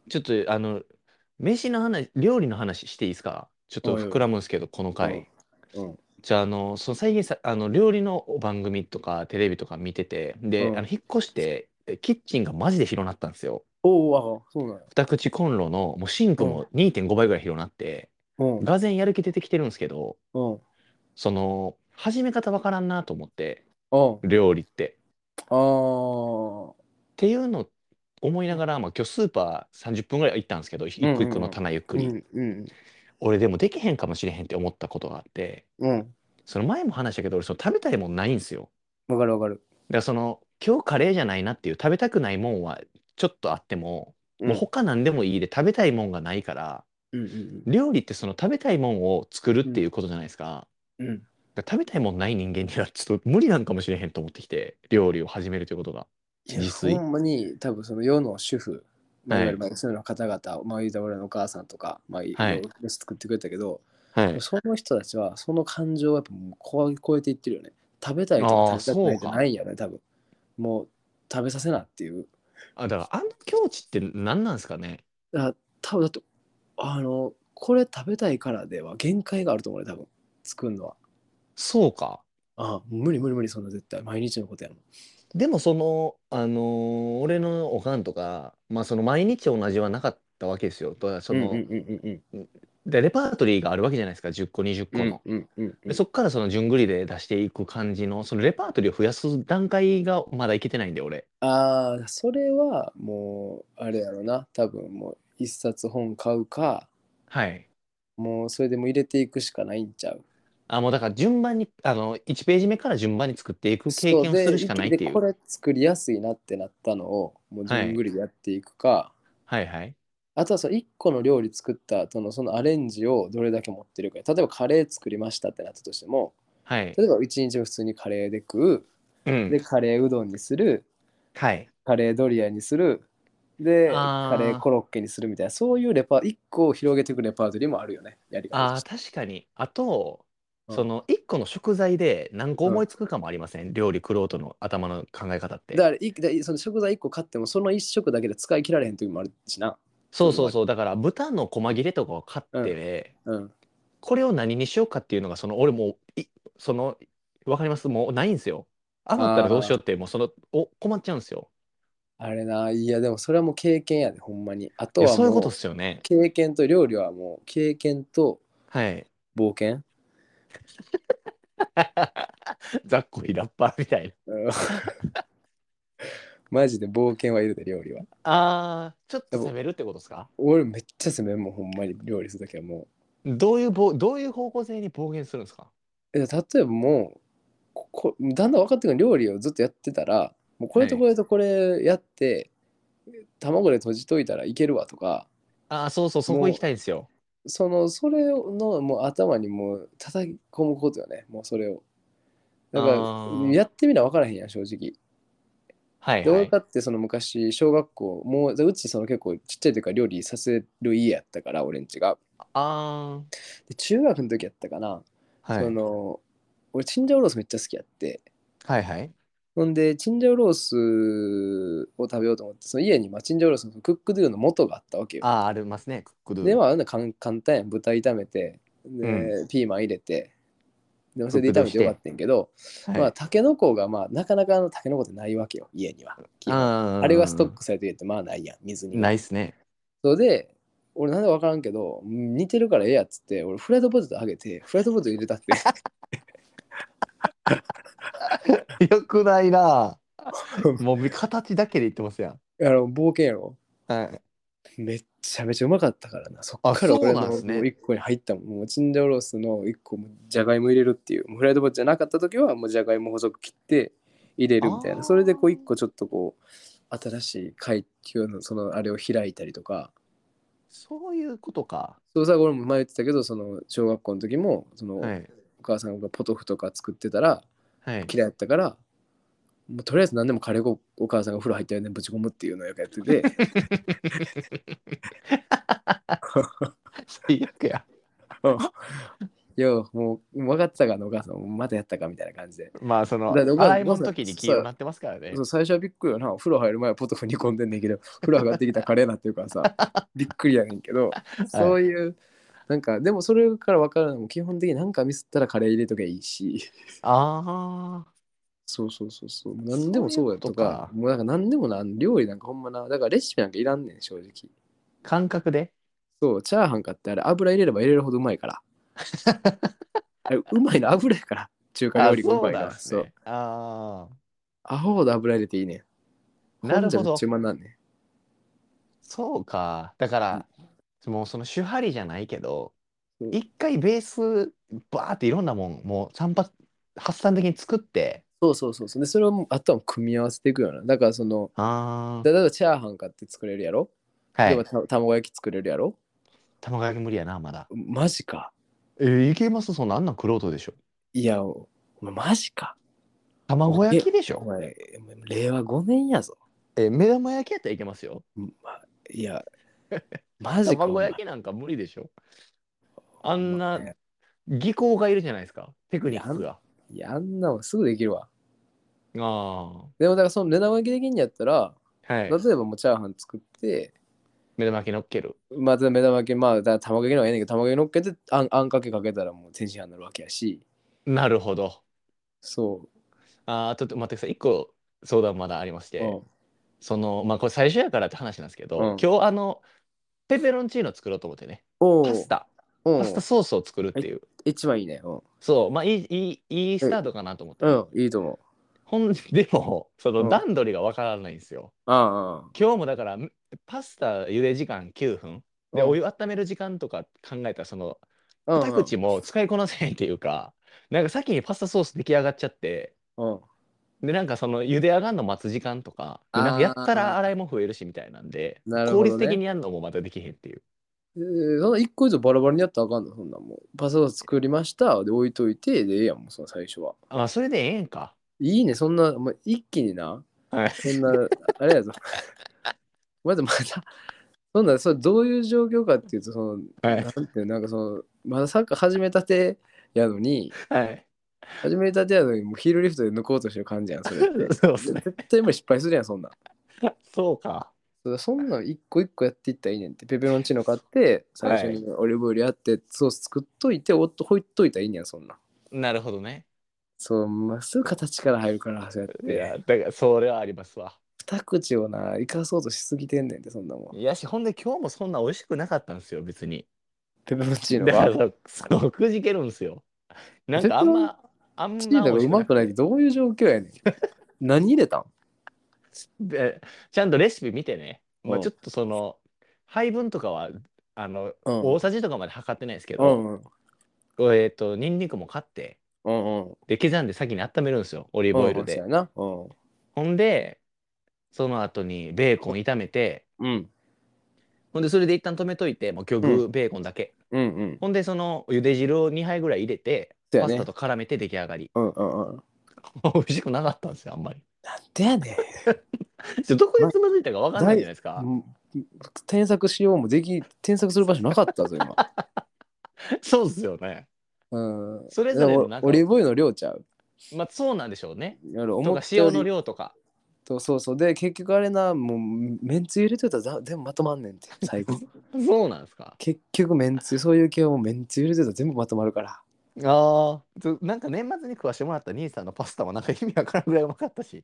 ちょっと飯の話、料理の話していいですか？ちょっとおいおい。 膨らむんですけど、このうん。 回。 うん。 じゃあ、最近さ、料理の番組とかテレビとか見てて、で、 うん。 引っ越して、キッチンがマジで広なったんですよ。 おお、あ、そうなんや。 二口コンロの、もうシンクうん。 も2.5倍ぐらい広なって、 うん。 がぜんやる気出てきてるんですけど、 うん。 始め方わからんなと思って、 うん。 料理って。 ああ。 っていうの思いながら、まあ今日スーパー30分ぐらい行ったんですけど、一うん個一個のうん棚ゆっくり。 うん。うんうん。 俺でもできへんかもしれへんって思ったことがあって、 うん。 その前も話したけど、俺食べたいもんないんですよ。 わかるわかる。 だから今日カレーじゃないなっていう食べたくないもんはちょっとあっても、もううん。 他なんでもいいで食べたいもんがないから、 うんうん料理ってその食べたいもんを作るっうん。 ていうことじゃないですか。 うん。 だから食べたいもんない人間にはちょっと無理なんかもしれへんと思ってきて、料理を始めるということが。 いや、 自炊。 ほんまに、多分その世の主婦、まあ、いわゆるはい。 まあそういうの方々、まあ、言うたら俺のお母さんとか、まあ、いはい。 ろいろ飯作ってくれたけど、 はい。 その人たちは、その感情をやっぱもう超えていってるよね。食べたいとかああ、 食べたくないじゃなそうか。 いんやね、多分。もう、食べさせなっていう。 あ、だからあの境地って何なんですかね。 多分だと、これ食べたいからでは限界があると思うね、多分。作るのは。 そうか。 無理無理無理、そんな絶対。毎日のことやもん。 でも俺のおかんとか、まあ毎日同じはなかったわけですよ。だからうんうんうんうんで、レパートリーがあるわけじゃないですか、10個、20 うん。 個の。 うんうんうで、 ん。 そっから順繰りで出していく感じの、そのレパートリーを増やす段階がまだいけてないんで、俺。 ああ、それはもう、あれやろな。多分もう、一冊本買うか、 はい。 もうそれでも入れていくしかないんちゃう。 あ、もうだから順番に、1ページ目から順番に作っていく経そうで、 験をするしかないっで、 ていう。 これ作りやすいなってなったのを、もうはい。 順繰りでやっていくか、 はいはい。 あとはその1個の料理作った後のそのアレンジをどれだけ持ってるか。例えばカレー作りましたってなったとしても、 はい。 例えば1日普通にカレーで食う、で、 うん。 カレーうどんにする、 はい。 カレードリアにする、で、カレーあコロッケにするみたいな、そういう1個を広げていくレパートリーもあるよね、やり方として。 確かに。あと、 うん。 1個の食材で何個うん。 思いつくかもありません？料理、玄人の頭の考え方って。 だから、その食材1個買っても、その1食だけで使い切られへん時もあるしな。そういうのもある。 そうそうそう。だから、豚の細切れとかを買っうん。 てね、 うん。 これを何にしようかっていうのが、俺もう、その、わかります？もうないんですよ。余ったらどうしああ、 ようって、もう困っちゃうんですよ。 あれな。いや、でもそれはもう経験やで、ほんまに。あといや、そういうことっはもう、 すよね。 経験と料理はもう、経験とはい。 冒険。 ざっくりラッパーみたいな。 うん。マジで冒険はいるで、料理は。 ちょっとやっぱ攻めるってことですか？ 俺めっちゃ攻めんもん、ほんまに料理するときはもどういう方向性に暴言するんですか？ う。例えばもう、だんだん分かってくる。料理をずっとやってたら、もうこれはい。 とこれとこれやって、卵で閉じといたらいけるわとか、 そうそう、そこ行きもたいんですよ。 それのもう頭にもう叩き込むことよね、もうそれを。だから、やあってみな分からへんやん、正直。で、 はいはい。 俺かってその昔、小学校、もう、うちその結構ちっちゃい時から料理させる家やったから、俺んちが。 あで、中学の時やったかな、 はい。 その、俺、チンジャオロースめっちゃ好きやって、 はいはい。 ほんで、チンジャオロースを食べようと思って、その家に、チンジャオロースのクックドゥの素があったわけよ。 ありますね、クックドで、 ゥ。 簡単やん。豚炒めて、 うん。 で、ピーマン入れて、でもそクッれで炒めてよかっクドゥして。 たんやけど、 はい。 タケノコが、なかなかタケノコってないわけよ、家には。基本。あれがストッあクされてるって、ないやん、水煮が。 ないっすね。 それで、俺なんで分からんけど、似てるからええやっつって、俺フライドポテトあげて、フライドポテト入れたって。 よくないな。もう形だけで言ってますやん。 冒険やろ。 はい。 めっちゃめちゃうまかったからな。そっからそう俺のもうなんすね。 一個に入ったもん。もうチンジャオロースの一個もじゃがいも入れるっていう。もうフライドポテトじゃなかった時はもうじゃがいも細く切って入れるみたいな。それでこう一個ちょっとこう新しい階級のそのあれを開いたりとか。 そういうことか。 そうさ、俺も前言ってたけど、その小学校の時もそのおはい。 母さんがポトフとか作ってたらはい。 嫌いやったから、もうとりあえず何でもカレー粉お母さんがお風呂入ったよねぶち込むっていうのをやってて。 最悪や。 いや、もう分かってたからお母さんもまたやったかみたいな感じで。 まあ、その、 だって洗い物のお母さん、 時に黄色になってますからね。 そう最初はびっくりよな。風呂入る前はポトフ煮込んでんねんけど、風呂上がってきたらカレーになってるからさ、びっくりやねんけど、 はい。 そういう、なんか、でもそれから分かるのも基本的になんかミスったらカレー入れときゃいいし、 ああ、 そうそうそうそう、何でもそういうこそうやとか、 とか。 もうなんか何でもな、料理なんかほんまな、だからレシピなんかいらんねん、正直。 感覚で。 そう、チャーハン買ってあれ油入れれば入れるほどうまいから。あれ、うまいの油やから。中華料あ、 理がうそうまいのは。そう。 なんですね。ああ、 アホほど油入れていいねん。ほんじゃめっちゃなるほど。 うまなんねそうか。だかん。うんら、もうその手張りじゃないけど、 そう一回ベース、バーっていろんなもん、もう発散的に作って、 そうそうそうそう。で、それをもうあとは組み合わせていくような。だからその、 あ例えばチャーハン買って作れるやろ。 あ、はでもい。 卵焼き作れるやろ。 卵焼き無理やな、まだ。 マジか。 いけますそんな、あんなん玄人でしょ。 いや、お前マジか。 卵焼きでしょ。 お前、令和5年やぞ。 目玉焼きやったらいけますよ。 いや、マジか、お前。 卵焼きなんか無理でしょ。あおんな前技巧がいるじゃないですか。テクいや、 ニックが。 あんなもんすぐできるわ。 あでも、だからその目玉焼きできんやったら、 あ、はい。 例えばもうチャーハン作って、 目玉焼き乗っける。 まず目玉焼き、まあ、だから卵焼きの方がええねんけど、卵焼き乗っけてあんかけかけたらもう天津飯になるわけやし、 なるほど。 そあと待ってください。一個相談まだありましう。うて。 ん。 まあこれ最初やからって話なんですけど、 うん。 今日ペペロンチーノ作ろうと思ってね。パおう。 スタ。パスタおう。 ソースを作るっはい。 ていう。 一番いいね。うん。 そう、まあいいスえ、 タートかなと思ってね。 うん、いいと思ほんでも、そう。 のうん。 段取りがわからないんですよ。 ああ、 今日もだから、パスタ茹で時間9分。で、おうん。 湯温める時間とか考えたら、二うん。うん。 口も使いこなせへんっていうか、なんか先にパスタソース出来上がっちゃって、 うん。 で、なんかその茹で上がるの待つ時間とか、で、なんかやあったら洗いあ、 も増えるしみたいなんで、 なる効ほどね。 率的にやるのもまたできへんっていう。 そんな一個以上バラバラにやったらあかんの、そんなんもう。パスタ作りました。で、置いといて、で、ええやん、もうその最初は。 あ、それでええんか。 いいね、そんな、ま一気にな、 はい。 そんな、あれやぞ。まだ、そんな、それどういう状況かっていうと、 はい。 なんていう、なんかまだサッカー始めたてやのに、 はい。 始めたてやのに、もうヒールリフトで抜こうとしてる感じやん、それって。 そうですね。 絶対無理失敗するやん、そんなん。 そうか。 そんなん一個一個やっていったらいいねんって。ペペロンチーノ買って、最初はい。 にオリーブオイルやって、ソース作っといて、ほいっといたらいいねん、そんなん。 なるほどね。 そう、まっすぐ形から入るから、そうやって。 いや、だからそれはありますわ。 二口をな、生かそうとしすぎてんねんって、そんなもん。 いやし、ほんで今日もそんな美味しくなかったんですよ、別に。 ペペロンチーノがだからくじけるんですよ。なんペペロンかあんチーノがま美味しうまくないってくなくて。 どういう状況やねん。何入れたん？ で、ちゃんとレシピ見てね、まあ、ちょうん。 っと配分とかは、 うん。 大さじとかまで測ってないですけど、 うん。うん。 ニンニクも買って、 うん。 で、刻んで先に温めるんですよ、オリーブオイうん。 ルで。 そうやな。うん。 ほんで、その後にベーコン炒めて、 うん。 ほんで、それで一旦止めといて、もう今日うん。 ベーコンだけ。 うん。うん。 ほんで、その茹で汁を2杯ぐらい入れて、パスタそうやね。 と絡めて出来上がり。 うん。うん。うん。 美味しくなかったんですよ、あんまり。 でやねどこん。 でつまずいたか分かんないじゃないですか。 ん添削しようも添削する場所なかったぞ、今。 そうですよね。 うん。 それぞれのでも、 なんか、 オリーブオイルの量ちゃう。 まあそうなんでしょうね。とか、 思ったよ塩のり量とか。 そうそう。で、結局あれな、もう、めんつゆ入れといたら全部まとまんねんって、最後。 そうなんですか。 結局、めんつゆ、そういう系はもうめんつゆ入れといたら全部まとまるから。 なんか年末に食わしてもらった兄さんのパスタもなんか意味わからんぐらいうまかったし。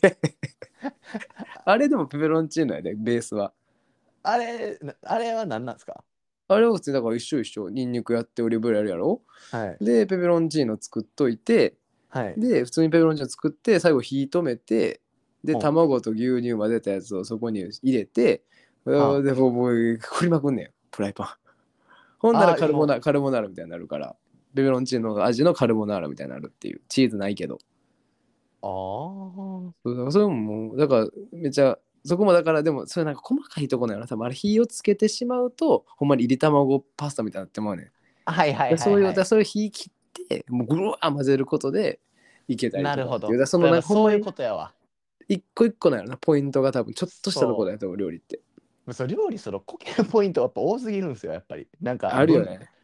あれでもペペロンチーノやで、ベースは。 あれは何なんですか？ あれを普通にだから一緒一緒。ニンニクやってオリーブオイルやるやろ。 はい。 で、ペペロンチーノ作っといて、 はい。 で、普通にペペロンチーノ作って、最後火止めて、で、 ほん。 卵と牛乳混ぜたやつをそこに入れて、 はで、もう振りまくんねん、プライパン。ほんならあ。もカルボナーラみたいになるから、ペペロンチーノの味のカルボナーラみたいになるっていう。チーズないけど。 う、ああ。 それももう、だからめっちゃ、そこもだからでも、それなんか細かいところなの多分あれ火をつけてしまうと、ほんまに入り卵パスタみたいになってまうねん。 はいはいはいはい。 そういう火切って、もうぐるわー混ぜることでいけたりとかっていう。 なるほど。 そのやっなんかほんまにぱそういうことやわ。 一個一個なのな、ポイントが多分ちょっとしたところだそよと思う、料理って。 料理こけるポイントがやっぱ多すぎるんですよ、やっぱり。なんか、 あるよね。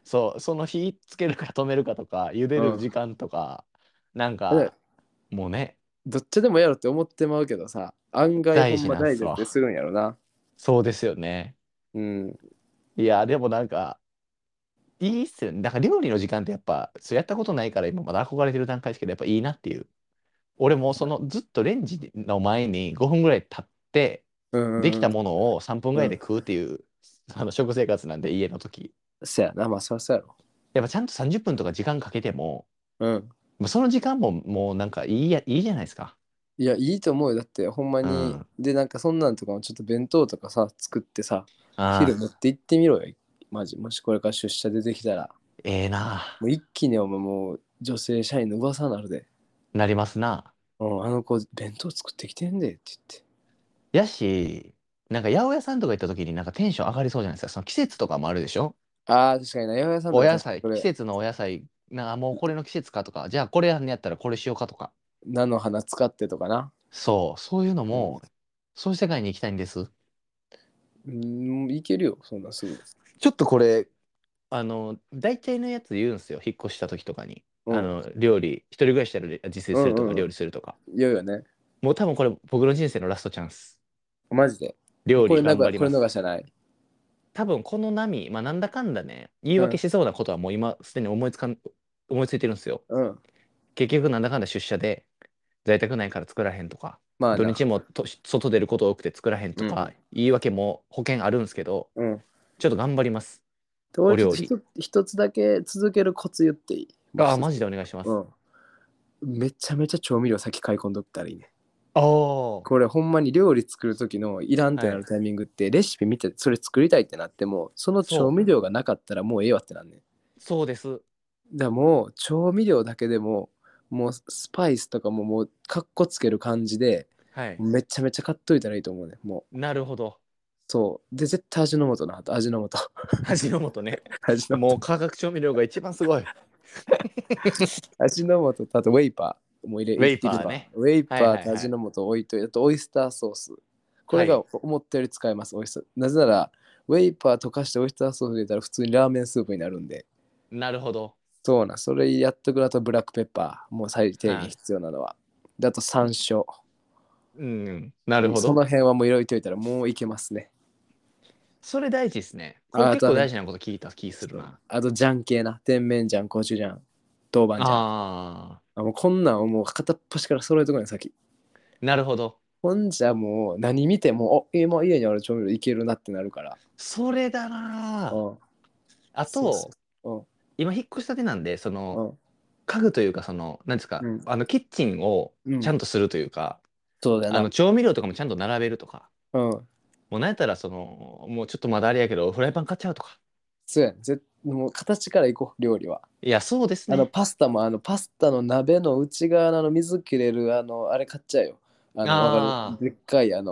そう、その火つけるか止めるかとか、茹でうん。 る時間とか、なんでか、もうね、 どっちでもやろって思ってまうけどさ、案外ほ大事んま大事なんすわ。 やってするんやろな。 そうですよね。 うん。 いや、でもなんか、いいっすよね。だから料理の時間ってやっぱ、そうやったことないから今まだ憧れてる段階ですけど、やっぱいいなっていう。俺もそのずっとレンジの前に5分ぐらい経って、 うんうんできたものを3分ぐうん。うん。 らいで食うっていう、食生活なんで家の時。 そやな、まあそりゃそうやろ。 やっぱちゃんと30分とか時間かけても、 うん。 もうその時間ももうなんかいいじゃないですか。 いや、いいと思うよ。だって、ほんまに。 うん。 で、なんかそんなんとかもちょっと弁当とかさ、作ってさ、昼ああ、 持って行ってみろよ。マジ。もしこれから出社出てきたら。 ええなもう一気にお前もう女性社員の噂になるで。 なりますな。 うん、あの子弁当作ってきてんでって言って。 やし、なんか八百屋さんとか行った時になんかテンション上がりそうじゃないですか。その季節とかもあるでしょ。 ああ、確かにな。八百屋さんとかお野菜、 確かにこれ、 季節のお野菜、もうこれの季節かとか、じゃあこれやんねやったらこれしようかとか。 菜の花使ってとかな。 そう、そういうのうん。 も、そういう世界に行きたいんです。 いけるよ、そんなすぐ。 ちょっとこれ、大体のやつ言うんですよ。引っ越した時とかに。 うん。 料理、一人暮らししたら自炊うするとか、料んうんうん。 理するとか。 いよいよね。 もう多分これ僕の人生のラストチャンス。 マジで。 料理これ頑張ります。 逃しゃない。 多分この波、まあなんだかんだね、言いうん。 訳しそうなことはもう今すでに思いついてるんですよ。 うん。 結局なんだかんだ出社で在宅ないから作らへんとか、 まあな。 土日も外出ること多くて作らへんとか、 うん。 言い訳も保険あるんですけど、 うん。 ちょっと頑張ります。 で俺ちょっとお料理。 一つだけ続けるコツ言っていい？もうああ、 一つ。 マジでお願いします。 うん。めちゃめちゃ調味料先買い込んどったらいいね。 ああ、 これほんまに料理作る時のいらんってはい。 なるタイミングってレシピ見てそれ作りたいってなってもその調そう、 味料がなかったらもうええわってなんねん。 そうです。 だからもう調味料だけでももうスパイスとかももうカッコつける感じではい。 めちゃめちゃ買っといたらいいと思うね。もうなるほど。 そうで絶対味の素な。あと味の素。 味の素ね。 味の素。 もう化学調味料が一番すごい。 味の素とあとウェイパーもウェイいるわ。 パーね。 ウェイはいパーはいはい。 と味の素置いといてあとオイスターソース。これがはい。 思ったより使えます。オイスター。なぜならウェイパー溶かしてオイスターソース入れたら普通にラーメンスープになるんで。 なるほど。 そうな、それやっとくのとブラックペッパー。もう最低限はい。 必要なのは。であと山椒。 うん、なるもうそのほど。 辺はもう入れといたらもういけますね。 それ大事ですね。これあとあの、 結構大事なこと聞いた気するな。 あと醤系な。甜麺醤、コチュジャン、豆板醤。 ああ、 あもうこんなんをもう片っ端から揃えとくね先。 なるほど。 ほんじゃもう何見ても、今家にある調味料いけるなってなるから。 それだな。 うん。 あそうそと、 う。 今引っ越したてなんで、 うん。うん。 家具というか、なんですか、 うん。 キッチンをうん。 ちゃんとするというか、 そうだよな。 調味料とかもちゃんと並べるとか、 うん。 もうなんやったら、もうちょっとまだあれやけど、フライパン買っちゃうとか。 そうやん。もう形からいこう、料理は。 いや、そうですね。 パスタもパスタの鍋の内側の水切れるあれ買っちゃえよ。わかるあでっかい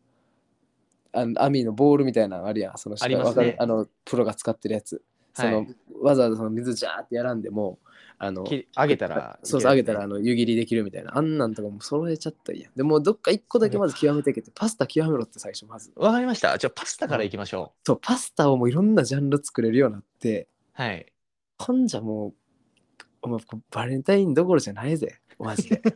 網のボールみたいなのあるやん。 あ、ありわかるますね。 プロが使ってるやつ。 はい。 わざわざその水ジャーってやらんでも、 揚げたらいそうそう、揚げたらけるやつね。 湯切りできるみたいな。あんなんとかも揃えちゃったらいいやん。でもどっか一個だけまずそれか。 極めていけて、パスタ極めろって最初まず。 わかりました。じゃあ、パスタからいうん。 きましょそう、パスタをもういろんなジャンル作れるようになって、 う。はい。 ほんじゃもう、お前バレンタインどころじゃないぜ。マジで。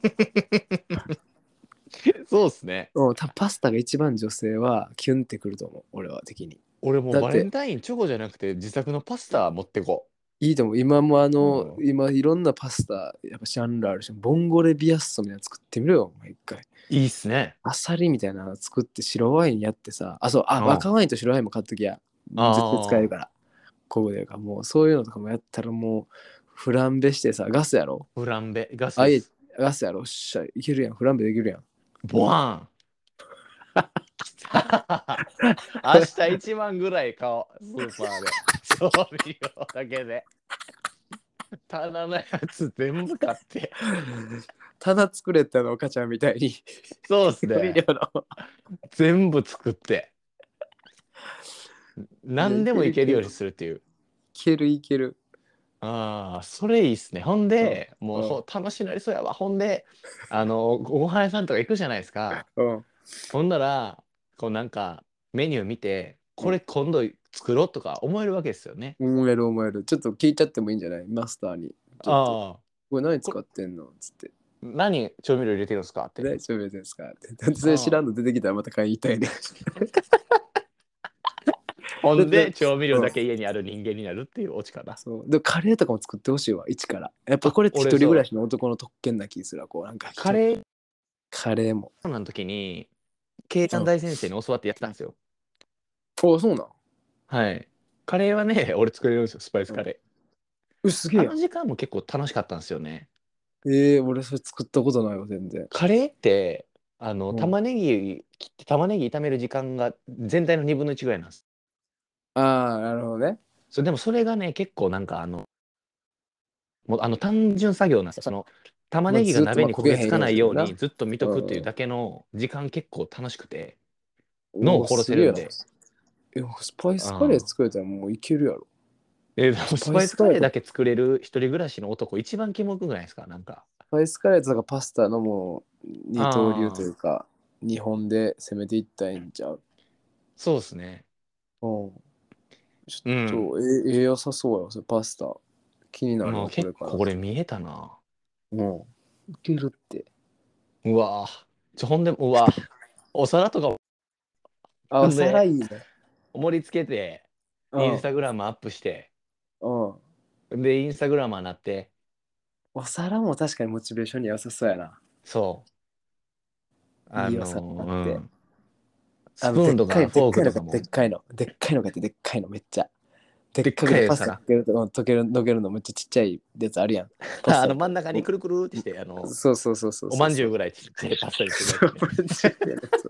そうっすね。 パスタが一番女性はキュンってくると思う。俺は的に。 俺もうバレだって、 ンタインチョコじゃなくて自作のパスタ持ってこいいと思う。今もう。うん。 今いろんなパスタ、やっぱジャンルあるし、ボンゴレビアッソみたいなの作ってみろよ、お前一回。 いいっすね。 アサリみたいなの作って白ワインやってさ、そう、 うん。あ赤ワインと白ワインも買っときや。絶対使えるあ、 から。ここでかもうそういうのとかもやったらもう、フランベしてさ、ガスやろ。 フランベ、ガスあ、いえ、 です。 ガスやろ。しゃ、いけるやん。フランベできるやん。 ボワーン。明日1万ぐらい買おう。スーパーで。調味料だけで。棚のやつ全部買って。 棚作れたの、お母ちゃんみたいに。 そうっす調味料ね。 の。 全部作って。 いや、 何いけでもいけるようにるいける。 するっていう。 いけるいける。 ああ、それいいっすね。ほんうん。 で、もううん。 楽しなりそうやわ。ほんで、ご飯屋さんとか行くじゃないですか。 うん。 ほんなら、こうなんか、メニュー見て、 うん。 これ今度作ろうとか思えるわけですよね。 思える思える。ちょっと聞いちゃってもいいんじゃないマスターに。ちょっと、 ああ、 これ何これ使ってんのつって。 何調味料入れてるんですかって。 大丈夫ですかって。だってそれ知ああ、 らんの出てきたらまた買いに行ったいね。 ほだって、 んで調味料うん。 だけ家にある人間になるっていうオチかな。 そう。でもカレーとかも作ってほしいわ、一から。やっぱこれ一俺人暮らそう、 しの男の特権な気するわ、こうなんかカレーカレーも。 の時に、慶うん。 丹大先生に教わってやってたんですよ。 お、そうなん。 はい。カレーはね、俺作れるんですよ、スパイスうん。 カレー。 すげえやん。 あの時間も結構楽しかったんですよね。 俺それ作ったことないわ、全然。 カレーって、 うん。 玉ねぎ切って玉ねぎ炒める時間が全体の2分の1ぐらいなんです。 ああ、なるほどね。 でもそれがね、結構なんかもう単純作業なんですよ。玉まあ、 ねぎがずっと鍋に焦げつ焦げへんかないようようにするな。 にずっと見とくっていううんうん。 だけの時間結構楽しくて、脳おお、 を殺すげえやん。 せるんで。 スパイスカレーうん。 作れたらもういけるやろ。 でもスパイスパイスカレースカレーと、 だけ作れる一人暮らしの男、一番キモくないですかなんか。 スパイスカレーとかパスタのもう二刀流とああ、 いうか、日本で攻めていったらいいんちゃう？ そうですね。 うん。ちうん。 ょっと、良さそうやそれパスタ。気になるまあわ、これ結から。 構これ見えたな。 うん。いけるって。 うわぁ。ほんで、うわぁ。お皿とかあ、おほんで、 皿いいね。 盛り付けて、インスうん。 タグラムアップして、 うん。 で、インスタグラマーになって、 お皿も確かにモチベーションに良さそうやな。 そう。 いいお皿あって。 うん。スプーンとかフォークとかも、 でっかいの。でっかいのがあって、でっかいのめっちゃ。でっでっかくでパスタかかい皿。 けると、溶ける、のけるのめっちゃちっちゃいやつあるやん。パスタやったら。 真ん中にくるくるってして、 そうそうそうそうそうそう。 おまんじゅうぐらいちっちゃいパスタにするやそう、 つね。 マジでねそう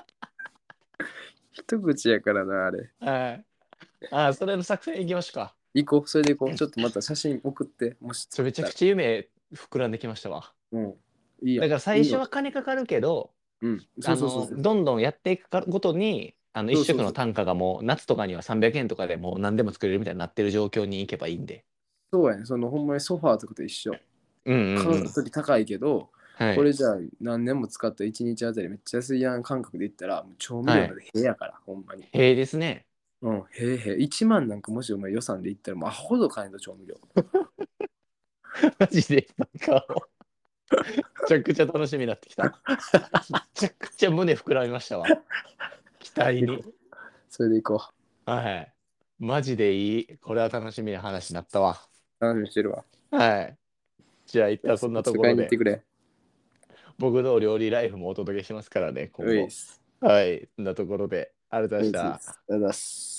一口やからな、あれ。 はい。ああ、それの作戦いきましょうか。 行こう、それで行こう。ちょっとまた写真送って、もし作ったら。 めちゃくちゃ夢膨らんできましたわ。 うん。いいやん。 だから最初はいいの。 金かかるけど、 うん。そうそうそうそう。 どんどんやっていくごとに、一そうそうそう。 食の単価がもう夏とかには300円とかでもう何でも作れるみたいになってる状況に行けばいいんで。 そうやね。そのほんまにソファーとかと一緒。 うんうん買ううん。 時高いけど、 はい。 これじゃあ何年も使った1日あたりめっちゃ安いやん感覚で言ったら、もう調味はい。 料なんてへやから、ほんまに。 へえですね。 うん、へえへえ。1万なんかもしお前予算で言ったらもうアホほど買えんと調味料。 マジで、なんか、めちゃくちゃ楽しみになってきた。めちゃくちゃ胸膨らみましたわ。期待に。 行こう。それで行こはい。マジでいい。これは楽しみな話になったわ。 う。楽しみにしてるわ。 はい。じゃあ一じゃあ、 旦そんなちょっと買いところで、 に行ってくれ。 僕の料理ライフもお届けしますからね、今後。 ういっす。 はい。そんなところで、ありがとうございましういっす。ありがとうた。 ございます。